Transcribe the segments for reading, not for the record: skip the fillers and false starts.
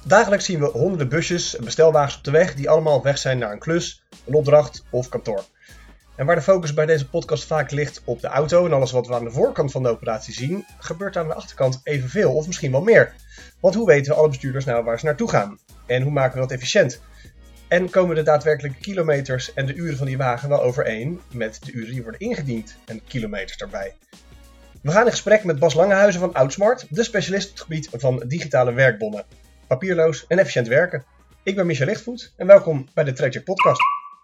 Dagelijks zien we honderden busjes en bestelwagens op de weg die allemaal op weg zijn naar een klus, een opdracht of kantoor. En waar de focus bij deze podcast vaak ligt op de auto en alles wat we aan de voorkant van de operatie zien, gebeurt aan de achterkant evenveel of misschien wel meer. Want hoe weten alle bestuurders nou waar ze naartoe gaan? En hoe maken we dat efficiënt? En komen de daadwerkelijke kilometers en de uren van die wagen wel overeen met de uren die worden ingediend en kilometers daarbij? We gaan in gesprek met Bas Langehuizen van Outsmart, de specialist op het gebied van digitale werkbonnen. Papierloos en efficiënt werken. Ik ben Michel Lichtvoet en welkom bij de Trackcheck podcast.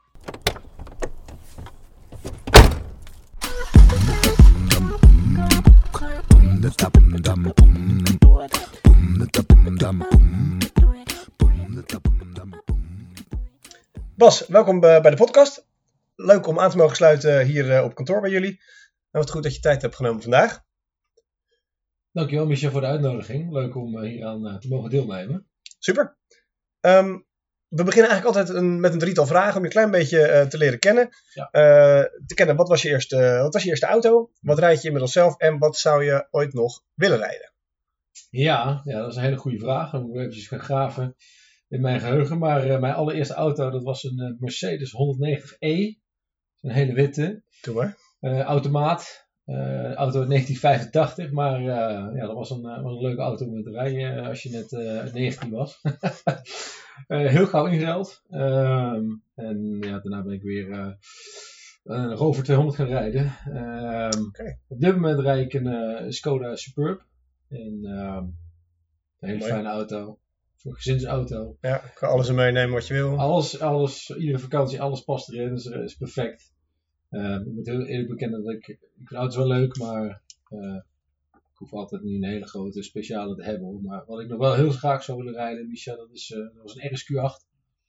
Bas, welkom bij de podcast. Leuk om aan te mogen sluiten hier op kantoor bij jullie. En wat goed dat je tijd hebt genomen vandaag. Dankjewel Michel voor de uitnodiging. Leuk om hier aan te mogen deelnemen. Super. We beginnen eigenlijk altijd met een drietal vragen om je een klein beetje te leren kennen. Ja. Te kennen, wat was je eerste auto? Wat rijd je inmiddels zelf? En wat zou je ooit nog willen rijden? Ja, dat is een hele goede vraag. Dan moet ik eventjes gaan graven in mijn geheugen. Maar mijn allereerste auto, dat was een Mercedes 190e. Een hele witte. Doe maar. Automaat. Auto uit 1985, maar dat was een leuke auto om te rijden als je net 19 was. Heel gauw ingeruild. En daarna ben ik weer een Rover 200 gaan rijden. Okay. Op dit moment rijd ik een Skoda Superb. Een hele fijne auto. Een gezinsauto. Ja, ik kan alles in meenemen wat je wil. Alles, iedere vakantie, alles past erin. Dus is perfect. Ik moet heel eerlijk bekennen dat ik vind auto's wel leuk, maar ik hoef altijd niet een hele grote speciale te hebben. Maar wat ik nog wel heel graag zou willen rijden, Michel, dat was een RSQ8.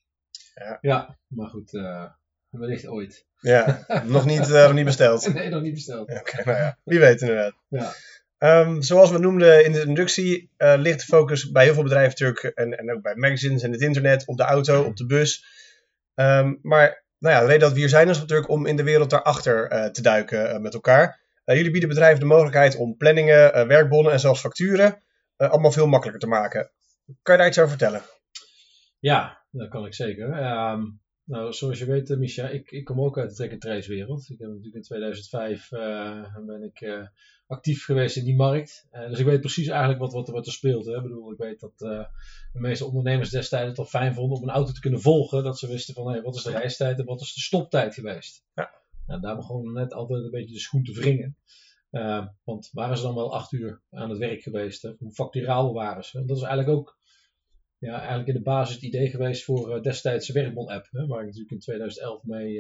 Ja, maar goed, wellicht ooit. Ja, nog niet besteld. Nee, nog niet besteld. Oké, nou ja, wie weet inderdaad. Ja. Zoals we noemden in de introductie, ligt de focus bij heel veel bedrijven natuurlijk, en ook bij magazines en het internet, op de auto, op de bus. Maar de reden dat we hier zijn is natuurlijk om in de wereld daarachter te duiken met elkaar. Jullie bieden bedrijven de mogelijkheid om planningen, werkbonnen en zelfs facturen allemaal veel makkelijker te maken. Kan je daar iets over vertellen? Ja, dat kan ik zeker. Zoals je weet, Micha, ik kom ook uit de track and trace wereld. Ik heb natuurlijk in 2005 ben ik actief geweest in die markt. Dus ik weet precies eigenlijk wat er speelt. Hè. Ik weet dat de meeste ondernemers destijds het al fijn vonden om een auto te kunnen volgen. Dat ze wisten van wat is de reistijd en wat is de stoptijd geweest. Ja. Daar begon net altijd een beetje de schoen te wringen. Want waren ze dan wel 8 uur aan het werk geweest? Hè? Hoe facturabel waren ze? En dat is eigenlijk ook eigenlijk in de basis het idee geweest voor destijds de werkbon-app. Hè, waar ik natuurlijk in 2011 mee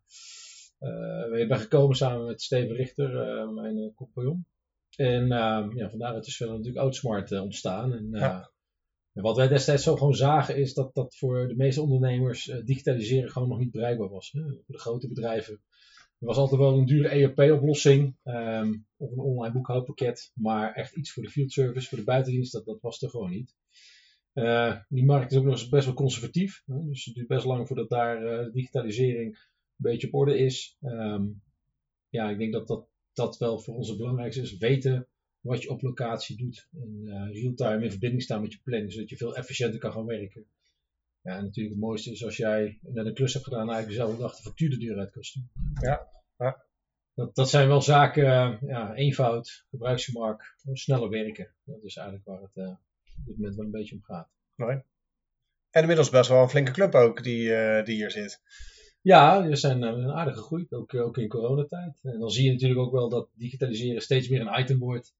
ben gekomen samen met Steven Richter, mijn compagnon. En van daaruit is verder natuurlijk Outsmart ontstaan. En wat wij destijds zo gewoon zagen is dat voor de meeste ondernemers digitaliseren gewoon nog niet bereikbaar was. Hè. Voor de grote bedrijven. Er was altijd wel een dure ERP-oplossing of een online boekhoudpakket. Maar echt iets voor de field service, voor de buitendienst, dat was er gewoon niet. Die markt is ook nog eens best wel conservatief. Dus het duurt best lang voordat daar digitalisering een beetje op orde is. Ik denk dat wel voor ons het belangrijkste is. Weten wat je op locatie doet. En real-time in verbinding staan met je planning. Zodat je veel efficiënter kan gaan werken. Ja, en natuurlijk het mooiste is als jij net een klus hebt gedaan. En eigenlijk dezelfde dag de factuur de deur uit kan sturen. Ja. Dat zijn wel zaken. Eenvoud, gebruiksgemak, sneller werken. Dat is eigenlijk waar het op dit moment wel een beetje om gaat. Mooi. En inmiddels best wel een flinke club ook die hier zit. Ja, we zijn aardig gegroeid, ook in coronatijd. En dan zie je natuurlijk ook wel dat digitaliseren steeds meer een item wordt.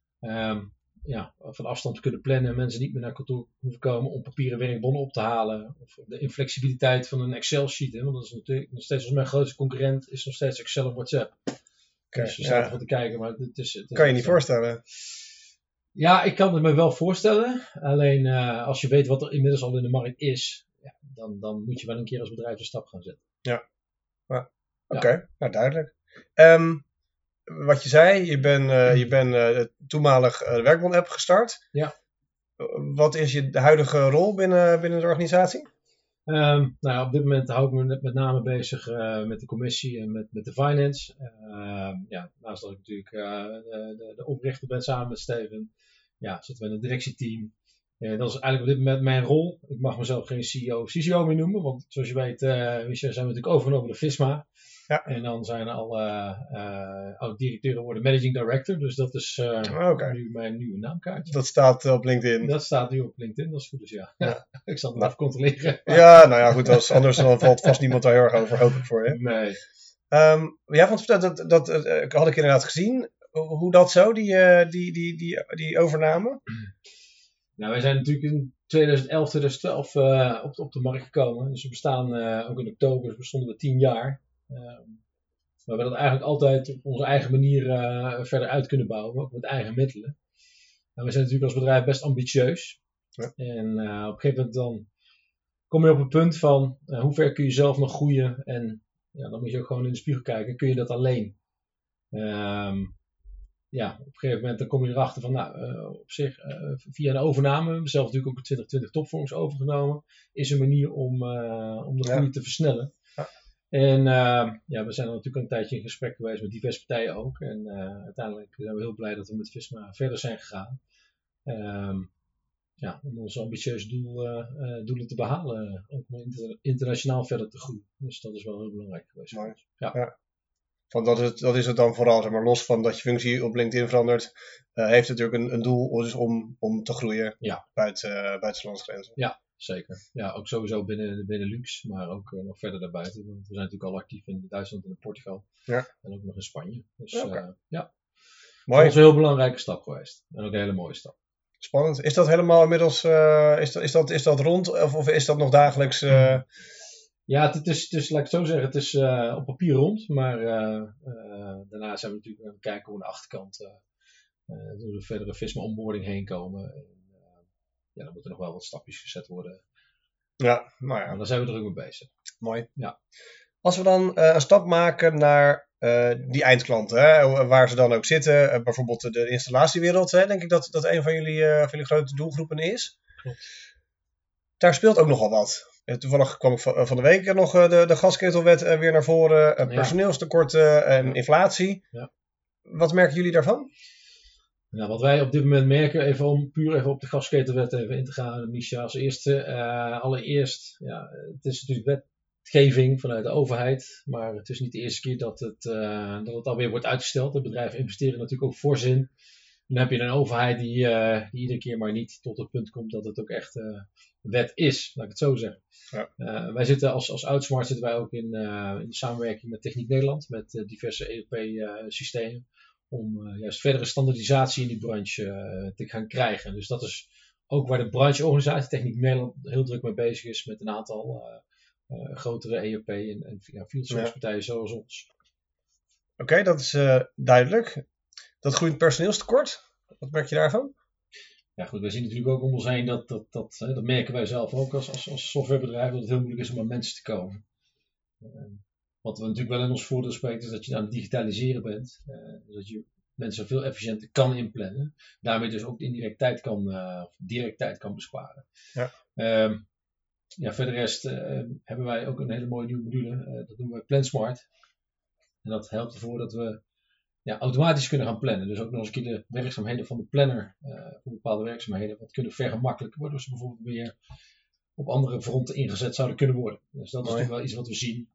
Van afstand te kunnen plannen, mensen niet meer naar kantoor hoeven komen om papieren werkbonnen op te halen. Of de inflexibiliteit van een Excel-sheet. Hè? Want dat is natuurlijk nog steeds mijn grootste concurrent, is nog steeds Excel en WhatsApp. Dus we zijn ervan te kijken, maar het is kan je niet voorstellen? Ja, ik kan het me wel voorstellen. Alleen als je weet wat er inmiddels al in de markt is, dan moet je wel een keer als bedrijf de stap gaan zetten. Ja. Oké. Nou duidelijk. Wat je zei, je bent toenmalig de werkbon-app gestart. Ja. Wat is de huidige rol binnen de organisatie? Op dit moment hou ik me met name bezig met de commissie en met de finance. Naast dat ik natuurlijk de oprichter ben samen met Steven. Zitten we in een directieteam. Dat is eigenlijk op dit moment mijn rol. Ik mag mezelf geen CEO of CCO meer noemen, want zoals je weet, Michel, zijn we natuurlijk overgenomen door Visma. Ja. En dan zijn alle oud-directeuren worden managing director, dus dat is nu mijn nieuwe naamkaartje. Dat staat op LinkedIn. Dat staat nu op Linked'n, dat is goed, dus ja. Ik zal het even controleren. Ja, nou ja, goed, anders dan valt vast niemand daar heel erg over, hoop ik voor je. Nee. Want dat had ik inderdaad gezien. Hoe dat zo, die overname? Nou, wij zijn natuurlijk in 2011, 2012 op de markt gekomen. Dus we bestaan ook in oktober, bestonden we 10 jaar. We hebben dat eigenlijk altijd op onze eigen manier verder uit kunnen bouwen, ook met eigen middelen. En we zijn natuurlijk als bedrijf best ambitieus. Ja. En op een gegeven moment dan kom je op een punt van hoe ver kun je zelf nog groeien. En dan moet je ook gewoon in de spiegel kijken, kun je dat alleen? Op een gegeven moment dan kom je erachter van, op zich, via een overname, we hebben zelf natuurlijk ook in 2020 Topforms overgenomen, is een manier om de groei te versnellen. Ja. En we zijn er natuurlijk een tijdje in gesprek geweest met diverse partijen ook. En uiteindelijk zijn we heel blij dat we met Visma verder zijn gegaan. Om onze ambitieuze doelen te behalen. Ook internationaal verder te groeien. Dus dat is wel heel belangrijk geweest. Ja. Want dat is het dan vooral, zeg maar, los van dat je functie op LinkedIn verandert, heeft het natuurlijk een doel dus om te groeien buiten grenzen. Ja, zeker. Ja, ook sowieso binnen de Benelux, maar ook nog verder daarbuiten. Want we zijn natuurlijk al actief in Duitsland en in Portugal. Ja. En ook nog in Spanje. Dus Mooi. Dat is een heel belangrijke stap geweest. En ook een hele mooie stap. Spannend. Is dat helemaal inmiddels, is dat rond of is dat nog dagelijks... Ja, het is, laat ik het zo zeggen, het is op papier rond, maar daarna zijn we natuurlijk aan het kijken hoe aan de achterkant door de verdere Visma onboarding heen komen. En, dan moeten nog wel wat stapjes gezet worden. Ja, nou ja. Maar daar zijn we er ook mee bezig. Mooi. Ja. Als we dan een stap maken naar die eindklanten, waar ze dan ook zitten, bijvoorbeeld de installatiewereld, denk ik dat een van jullie grote doelgroepen is. Klopt. Daar speelt ook nogal wat. Toevallig kwam ik van de week nog de gasketelwet weer naar voren. Personeelstekorten en inflatie. Ja. Wat merken jullie daarvan? Nou, wat wij op dit moment merken, om puur even op de gasketelwet even in te gaan, Misha, als eerste. Allereerst, het is natuurlijk wetgeving vanuit de overheid. Maar het is niet de eerste keer dat het alweer wordt uitgesteld. De bedrijven investeren natuurlijk ook fors in. Dan heb je een overheid die iedere keer maar niet tot het punt komt dat het ook echt wet is, laat ik het zo zeggen. Ja. Wij zitten als Outsmart zitten wij ook in de samenwerking met Techniek Nederland, met diverse ERP-systemen, om juist verdere standaardisatie in die branche te gaan krijgen. Dus dat is ook waar de brancheorganisatie Techniek Nederland heel druk mee bezig is, met een aantal grotere ERP en field service partijen zoals ons. Oké, dat is duidelijk. Dat groeit personeelstekort, wat merk je daarvan? Ja goed, wij zien natuurlijk ook om ons heen dat merken wij zelf ook als softwarebedrijf, dat het heel moeilijk is om aan mensen te komen. Wat we natuurlijk wel in ons voordeel spreekt is dat je aan het digitaliseren bent. Dus dat je mensen veel efficiënter kan inplannen. Daarmee dus ook indirect direct tijd kan besparen. Ja. Voor de rest hebben wij ook een hele mooie nieuwe module. Dat noemen we PlanSmart. En dat helpt ervoor dat we automatisch kunnen gaan plannen. Dus ook nog eens een keer de werkzaamheden van de planner voor bepaalde werkzaamheden wat kunnen vergemakkelijken, waardoor ze bijvoorbeeld weer op andere fronten ingezet zouden kunnen worden. Dus dat is natuurlijk wel iets wat we zien.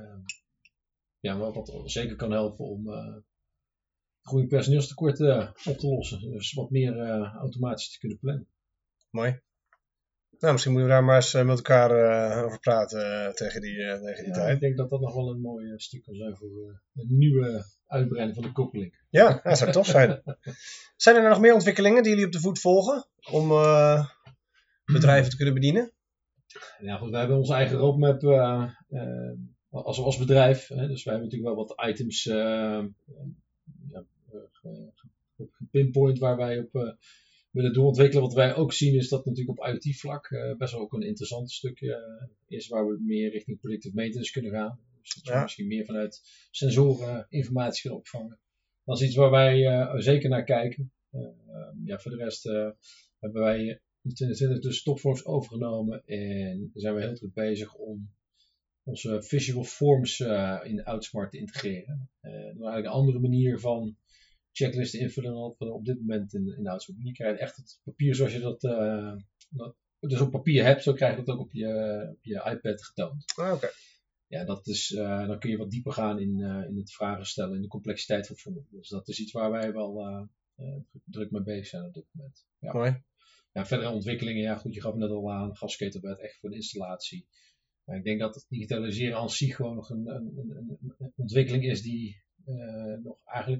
Wat zeker kan helpen om groeiend personeelstekort op te lossen. Dus wat meer automatisch te kunnen plannen. Mooi. Nou, misschien moeten we daar maar eens met elkaar over praten tegen die tijd. Ik denk dat dat nog wel een mooi stuk kan zijn voor een nieuwe uitbreiding van de koppeling. Ja, dat zou tof zijn. Zijn er nog meer ontwikkelingen die jullie op de voet volgen om bedrijven te kunnen bedienen? Ja, goed, wij hebben onze eigen roadmap als bedrijf. Dus wij hebben natuurlijk wel wat items gepinpoint waar wij op willen doorontwikkelen. Wat wij ook zien is dat natuurlijk op IoT-vlak best wel ook een interessant stuk is waar we meer richting predictive maintenance kunnen gaan. Dus dat je misschien meer vanuit sensoren informatie kunnen opvangen. Dat is iets waar wij zeker naar kijken. Voor de rest hebben wij in 2020 dus Topforms overgenomen en zijn we heel druk bezig om onze visual forms in Outsmart te integreren. Eigenlijk een andere manier van checklisten invullen dan op dit moment in Outsmart. Je krijgt echt het papier zoals je dat dus op papier hebt, zo krijg je dat ook op je iPad getoond. Oké. Ja, dat is, dan kun je wat dieper gaan in het vragen stellen, in de complexiteit van vorm. Dus dat is iets waar wij wel druk mee bezig zijn op dit moment. Ja. Mooi. Ja, verdere ontwikkelingen, ja goed, je gaf net al aan, gasketelbed echt voor de installatie. Maar ik denk dat het digitaliseren aan zich gewoon nog een ontwikkeling is die nog eigenlijk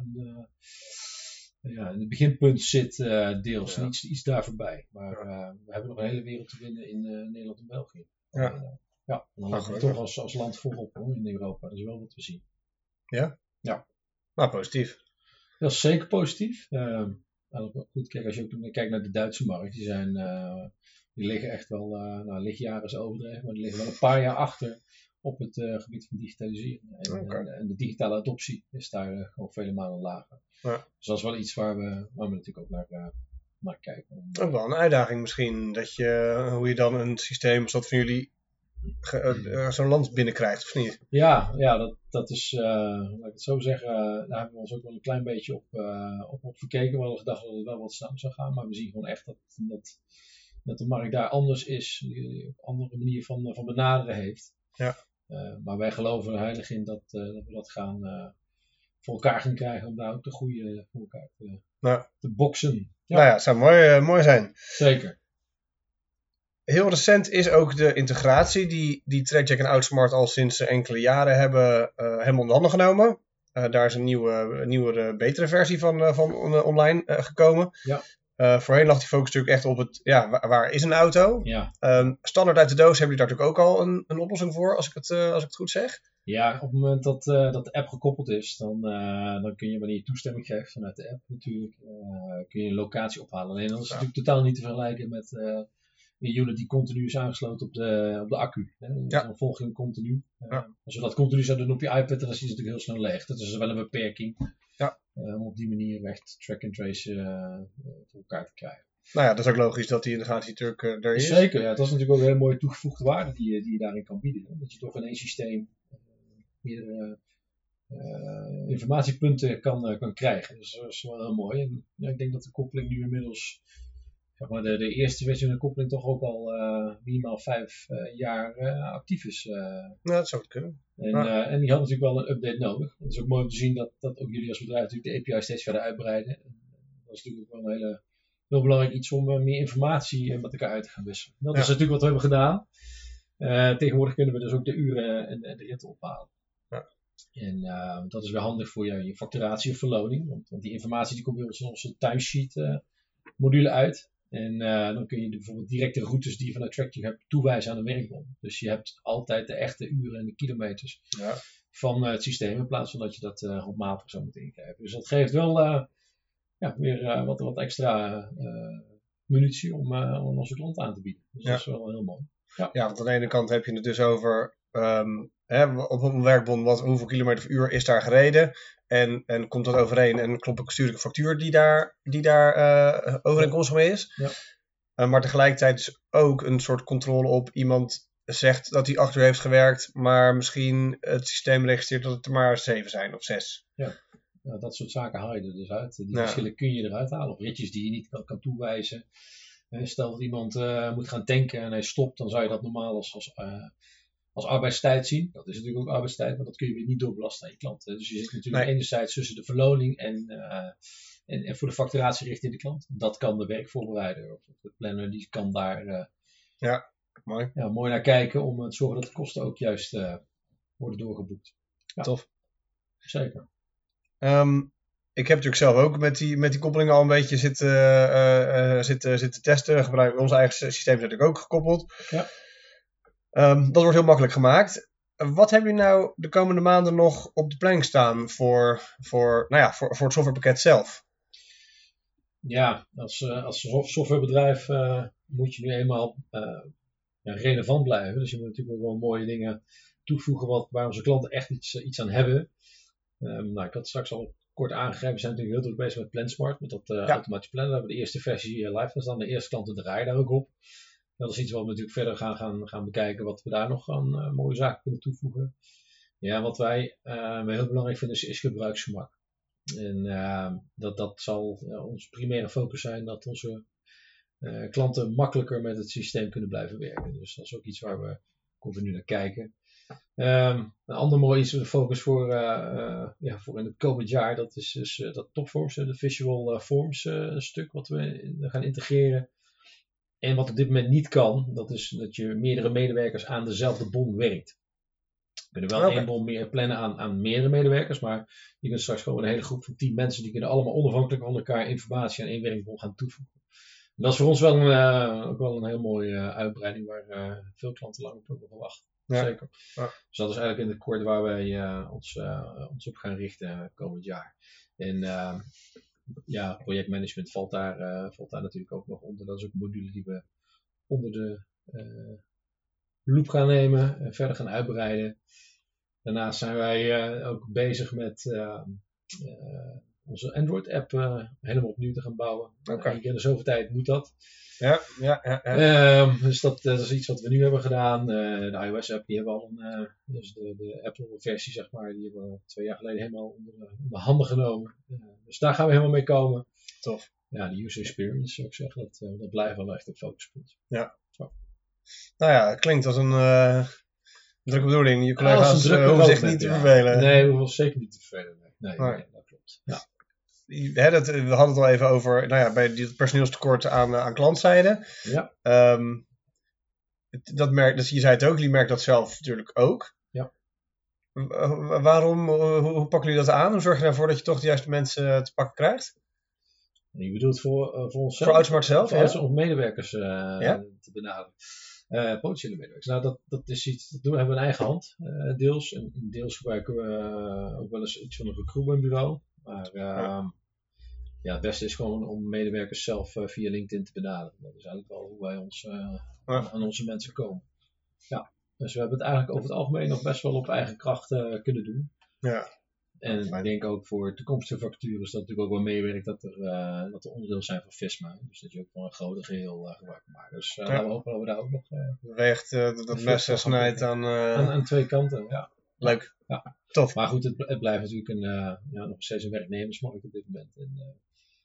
in het beginpunt zit, deels. Ja. Iets daar voorbij. Maar we hebben nog een hele wereld te winnen in Nederland en België. Ja. En dan lopen we toch als land voorop hoor, in Europa. Dat is wel wat we zien. Ja? Ja. Nou, positief. Dat is zeker positief. Goed, kijk, als je ook kijkt naar de Duitse markt, die liggen echt wel, lichtjaren is overdreven, maar die liggen wel een paar jaar achter op het gebied van digitaliseren. En de digitale adoptie is daar gewoon vele malen lager. Ja. Dus dat is wel iets waar we natuurlijk ook naar kijken. Ook wel een uitdaging misschien, hoe je dan een systeem als dat van jullie zo'n land binnenkrijgt, of niet? Ja, dat is, laat ik het zo zeggen, daar hebben we ons ook wel een klein beetje op verkeken. We hadden gedacht dat het wel wat sneller zou gaan, maar we zien gewoon echt dat de markt daar anders is, een andere manier van benaderen heeft. Ja. Maar wij geloven er heilig in dat we dat voor elkaar gaan krijgen om daar ook de goede voor elkaar te boksen. Ja. Nou ja, het zou mooi zijn. Zeker. Heel recent is ook de integratie die TrackJack en Outsmart al sinds enkele jaren hebben onder handen genomen. Daar is een nieuwere, betere versie van online gekomen. Ja. Voorheen lag die focus natuurlijk echt op het, waar is een auto? Ja. Standaard uit de doos hebben jullie daar natuurlijk ook al een oplossing voor, als ik het goed zeg. Ja, op het moment dat de app gekoppeld is, dan kun je, wanneer je toestemming geeft vanuit de app natuurlijk, kun je een locatie ophalen. Alleen dat is natuurlijk totaal niet te vergelijken met een unit die continu is aangesloten op de accu. Hè. Dan volg je hem continu. Als we dat continu zouden doen op je iPad, dan is die natuurlijk heel snel leeg. Dat is wel een beperking. Ja. Om op die manier echt track and trace voor elkaar te krijgen. Nou ja, dat is ook logisch dat die integratie natuurlijk er is. Zeker, ja. Dat is natuurlijk ook een hele mooie toegevoegde waarde die je daarin kan bieden. Hè. Dat je toch in één systeem meerdere informatiepunten kan krijgen. Dus dat is wel heel mooi. En ik denk dat de koppeling nu inmiddels, zeg maar de eerste versie van de koppeling toch ook al minimaal 5 jaar actief is. Dat zou het kunnen. En die had natuurlijk wel een update nodig. Het is ook mooi om te zien dat ook jullie als bedrijf natuurlijk de API steeds verder uitbreiden. Dat is natuurlijk ook wel een heel belangrijk iets om meer informatie met elkaar uit te gaan wisselen. Dat is natuurlijk wat we hebben gedaan. Tegenwoordig kunnen we dus ook de uren en de ritten ophalen. Ja. En dat is weer handig voor je facturatie of verloning. Want die informatie die komt bij ons in onze timesheet module uit. En dan kun je bijvoorbeeld direct de routes die je vanuit TrackJack hebt toewijzen aan een werkbron. Dus je hebt altijd de echte uren en de kilometers van het systeem. In plaats van dat je dat handmatig zo moet inkrijgen. Dus dat geeft wel weer wat extra munitie om onze klant aan te bieden. Dus dat is wel heel mooi. Ja, want aan de ene kant heb je het dus over op een werkbron hoeveel kilometer per uur is daar gereden. En komt dat overeen en stuur ik een factuur die daar overeenkomstig mee is. Ja. Maar tegelijkertijd is ook een soort controle op iemand zegt dat hij 8 uur heeft gewerkt, maar misschien het systeem registreert dat het er maar 7 zijn of 6. Ja. Ja, dat soort zaken haal je er dus uit. Die verschillen kun je eruit halen. Of ritjes die je niet kan toewijzen. Stel dat iemand moet gaan tanken en hij stopt, dan zou je dat normaal als arbeidstijd zien. Dat is natuurlijk ook arbeidstijd, maar dat kun je weer niet doorbelasten aan je klant. Dus je zit natuurlijk enerzijds tussen de verloning en voor de facturatie richting de klant. Dat kan de werkvoorbereider of de planner, die kan daar mooi naar kijken om te zorgen dat de kosten ook juist worden doorgeboekt. Ja. Tof. Zeker. Ik heb natuurlijk zelf ook met die koppelingen al een beetje zitten testen. Gebruiken onze eigen systeem natuurlijk ook gekoppeld. Ja. Dat wordt heel makkelijk gemaakt. Wat hebben jullie nou de komende maanden nog op de planning staan voor het softwarepakket zelf? Ja, als softwarebedrijf moet je nu eenmaal relevant blijven. Dus je moet natuurlijk ook wel mooie dingen toevoegen waar onze klanten echt iets aan hebben. Ik had straks al kort aangegeven, we zijn natuurlijk heel druk bezig met PlanSmart, met dat automatisch plannen. We hebben de eerste versie live gestaan, de eerste klanten draaien daar ook op. Dat is iets wat we natuurlijk verder gaan bekijken, wat we daar nog aan mooie zaken kunnen toevoegen. Ja, wat wij heel belangrijk vinden is gebruiksgemak. En dat zal ons primaire focus zijn, dat onze klanten makkelijker met het systeem kunnen blijven werken. Dus dat is ook iets waar we nu naar kijken. Een ander mooi iets, de focus voor in het komend jaar, dat is dus dat Topforms, de Visual Forms stuk wat we gaan integreren. En wat op dit moment niet kan, dat is dat je meerdere medewerkers aan dezelfde bon werkt. We kunnen wel één bon meer plannen aan meerdere medewerkers, maar je kunt straks gewoon een hele groep van 10 mensen, die kunnen allemaal onafhankelijk van elkaar informatie aan één werkbon gaan toevoegen. En dat is voor ons wel ook wel een heel mooie uitbreiding waar veel klanten lang op hebben gewacht. Ja. Zeker. Ja. Dus dat is eigenlijk in het kort waar wij ons op gaan richten komend jaar. En projectmanagement valt daar natuurlijk ook nog onder. Dat is ook een module die we onder de loep gaan nemen en verder gaan uitbreiden. Daarnaast zijn wij ook bezig met onze Android-app helemaal opnieuw te gaan bouwen. Eén keer in de zoveel tijd moet dat. Ja. Dus dat is iets wat we nu hebben gedaan. De iOS-app, die hebben we al dus de Apple-versie, zeg maar, die hebben we 2 jaar geleden helemaal onder de handen genomen. Dus daar gaan we helemaal mee komen. Tof. Ja, de user experience, zou ik zeggen, dat blijft wel echt een focuspunt. Ja. Zo. Nou ja, het klinkt als een drukke bedoeling. Je collega's hoeven zich niet te vervelen. Nee, we hoeven zeker niet te vervelen. Nee, dat klopt. Ja. We hadden het al even over bij dit personeelstekort aan klantzijde. Ja. Dus je zei het ook, jullie merken dat zelf natuurlijk ook. Ja. Waarom, hoe pakken jullie dat aan? Hoe zorg je ervoor dat je toch de juiste mensen te pakken krijgt? Je bedoelt voor onszelf? Voor Outsmart zelf, om medewerkers te benaderen. Potentiële medewerkers. Nou, dat is iets, dat hebben we in eigen hand, deels. En deels gebruiken we ook wel eens iets van een recruitmentbureau. Maar het beste is gewoon om medewerkers zelf via LinkedIn te benaderen. Dat is eigenlijk wel hoe wij aan onze mensen komen. Ja, dus we hebben het eigenlijk over het algemeen nog best wel op eigen kracht kunnen doen. Ja. En ik denk ook voor toekomstige vacatures dat natuurlijk ook wel meewerkt dat er onderdeel zijn van Visma. Dus dat je ook van een groter geheel gebruik maakt. Dus laten we hopen dat we daar ook nog... Weegt dat mes snijdt aan 2 kanten, ja. Leuk. Ja. Tof. Maar goed, het blijft natuurlijk nog steeds een werknemersmarkt op dit moment. En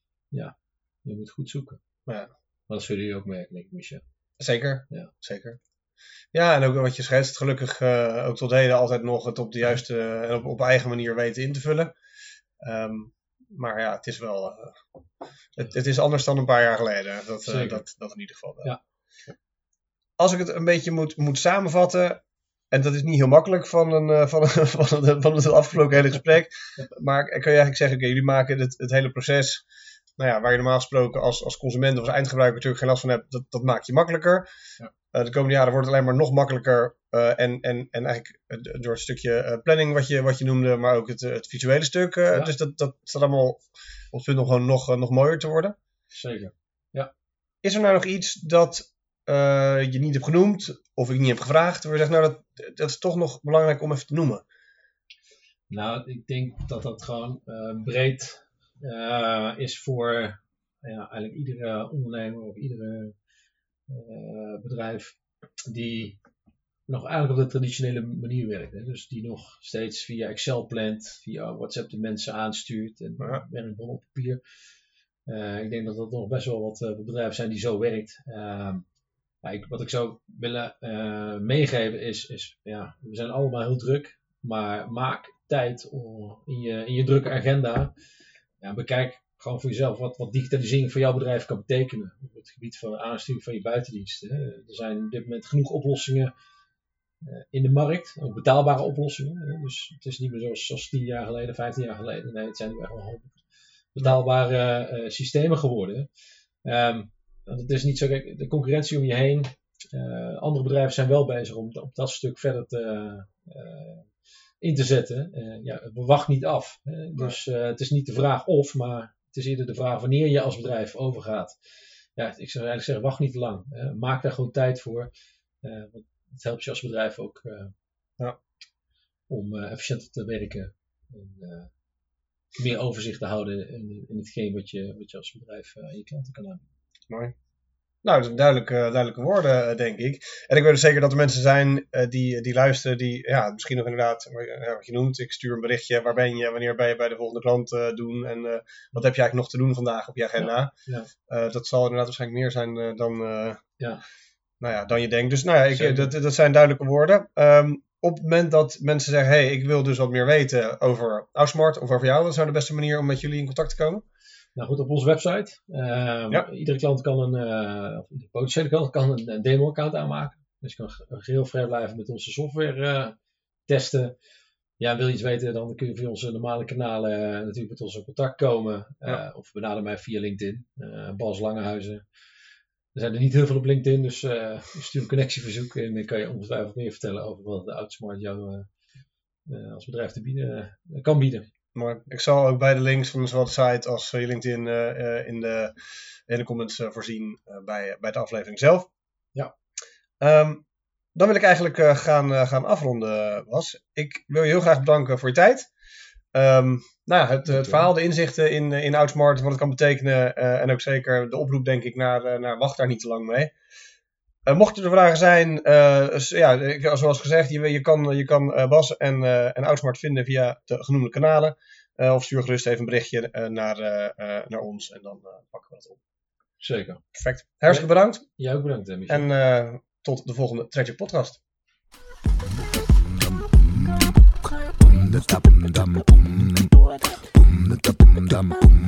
je moet goed zoeken. Ja. Maar dat zullen jullie ook merken, denk ik, Michel. Zeker. Ja. Zeker. Ja, en ook wat je schetst, gelukkig ook tot heden altijd nog het op de juiste en op eigen manier weten in te vullen. Maar ja, het is wel, het is anders dan een paar jaar geleden. Dat in ieder geval wel. Ja. Als ik het een beetje moet samenvatten, en dat is niet heel makkelijk van het afgesproken hele gesprek, maar kan je eigenlijk zeggen, jullie maken het hele proces, waar je normaal gesproken als consument of als eindgebruiker natuurlijk geen last van hebt, dat maakt je makkelijker. Ja. De komende jaren wordt het alleen maar nog makkelijker en eigenlijk door het stukje planning wat je noemde, maar ook het visuele stuk. Dus dat staat allemaal op het punt om gewoon nog mooier te worden. Zeker, ja. Is er nou nog iets dat je niet hebt genoemd of ik niet heb gevraagd, waar je zegt, dat is toch nog belangrijk om even te noemen? Nou, ik denk dat dat gewoon breed is voor eigenlijk iedere ondernemer of iedere bedrijf die nog eigenlijk op de traditionele manier werkt. Hè? Dus die nog steeds via Excel plant, via WhatsApp de mensen aanstuurt en werkbonnen op papier. Ik denk dat dat nog best wel wat bedrijven zijn die zo werkt. Wat ik zou willen meegeven is we zijn allemaal heel druk, maar maak tijd in je drukke agenda. Bekijk gewoon voor jezelf wat digitalisering voor jouw bedrijf kan betekenen op het gebied van aansturing van je buitendiensten. Er zijn op dit moment genoeg oplossingen in de markt, ook betaalbare oplossingen. Dus het is niet meer zoals 10 jaar geleden, 15 jaar geleden. Nee, het zijn nu echt wel betaalbare systemen geworden. Het is niet zo, kijk, de concurrentie om je heen. Andere bedrijven zijn wel bezig om op dat stuk verder in te zetten. We wachten niet af. Dus het is niet de vraag of, maar het is eerder de vraag wanneer je als bedrijf overgaat. Ja, ik zou eigenlijk zeggen, wacht niet te lang. Maak daar gewoon tijd voor. Want het helpt je als bedrijf ook om efficiënter te werken. En meer overzicht te houden in hetgeen wat je als bedrijf aan je klanten kan aanbieden. Mooi. Nou, dat zijn duidelijke woorden, denk ik. En ik weet dus zeker dat er mensen zijn die luisteren, die misschien nog inderdaad, wat je noemt, ik stuur een berichtje, waar ben je, wanneer ben je bij de volgende klant doen en wat heb je eigenlijk nog te doen vandaag op je agenda. Dat zal inderdaad waarschijnlijk meer zijn dan je denkt. Dus dat zijn duidelijke woorden. Op het moment dat mensen zeggen, hey, ik wil dus wat meer weten over Outsmart of over jou, wat is nou de beste manier om met jullie in contact te komen? Nou goed, op onze website. Iedere klant kan iedere potentiële klant kan een demo-account aanmaken. Dus je kan geheel vrijblijvend met onze software testen. Ja, wil je iets weten, dan kun je via onze normale kanalen natuurlijk met ons in contact komen. Of benader mij via LinkedIn. Bas Langehuizen. Er zijn er niet heel veel op LinkedIn, dus stuur een connectieverzoek en dan kan je ongetwijfeld meer vertellen over wat de Outsmart jou als bedrijf te bieden kan bieden. Maar ik zal ook bij de links van zowel de site als je LinkedIn in de comments voorzien bij de aflevering zelf. Ja. Dan wil ik eigenlijk gaan afronden, Bas. Ik wil je heel graag bedanken voor je tijd. Het verhaal, de inzichten in Outsmart, wat het kan betekenen en ook zeker de oproep denk ik naar wacht daar niet te lang mee. Mochten er vragen zijn, zoals gezegd, je kan Bas en Outsmart vinden via de genoemde kanalen. Of stuur gerust even een berichtje naar ons en dan pakken we dat op. Zeker. Perfect. Hartstikke bedankt. Jij ook bedankt, Michel. En tot de volgende Tragic Podcast. Boom,